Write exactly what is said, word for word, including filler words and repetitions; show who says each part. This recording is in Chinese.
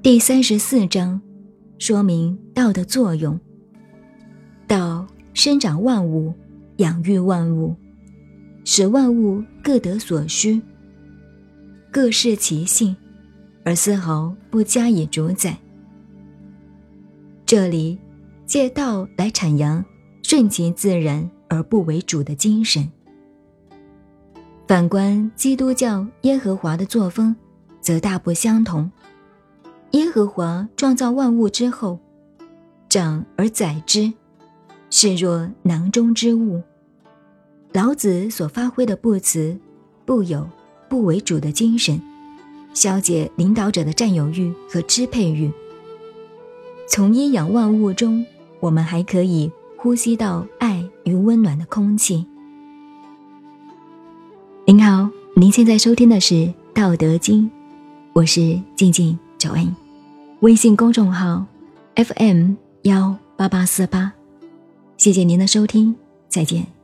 Speaker 1: 第三十四章说明道的作用。道生长万物，养育万物，使万物各得所需，各适其性，而丝毫不加以主宰。这里借道来阐扬顺其自然而不为主的精神。反观基督教耶和华的作风则大不相同。耶和华创造万物之后，长而载之，视若囊中之物。老子所发挥的不辞、不有、不为主的精神，消解领导者的占有欲和支配欲。从阴阳万物中，我们还可以呼吸到爱与温暖的空气。您好，您现在收听的是《道德经》，我是静静九恩，微信公众号 F M 一八八四八，谢谢您的收听，再见。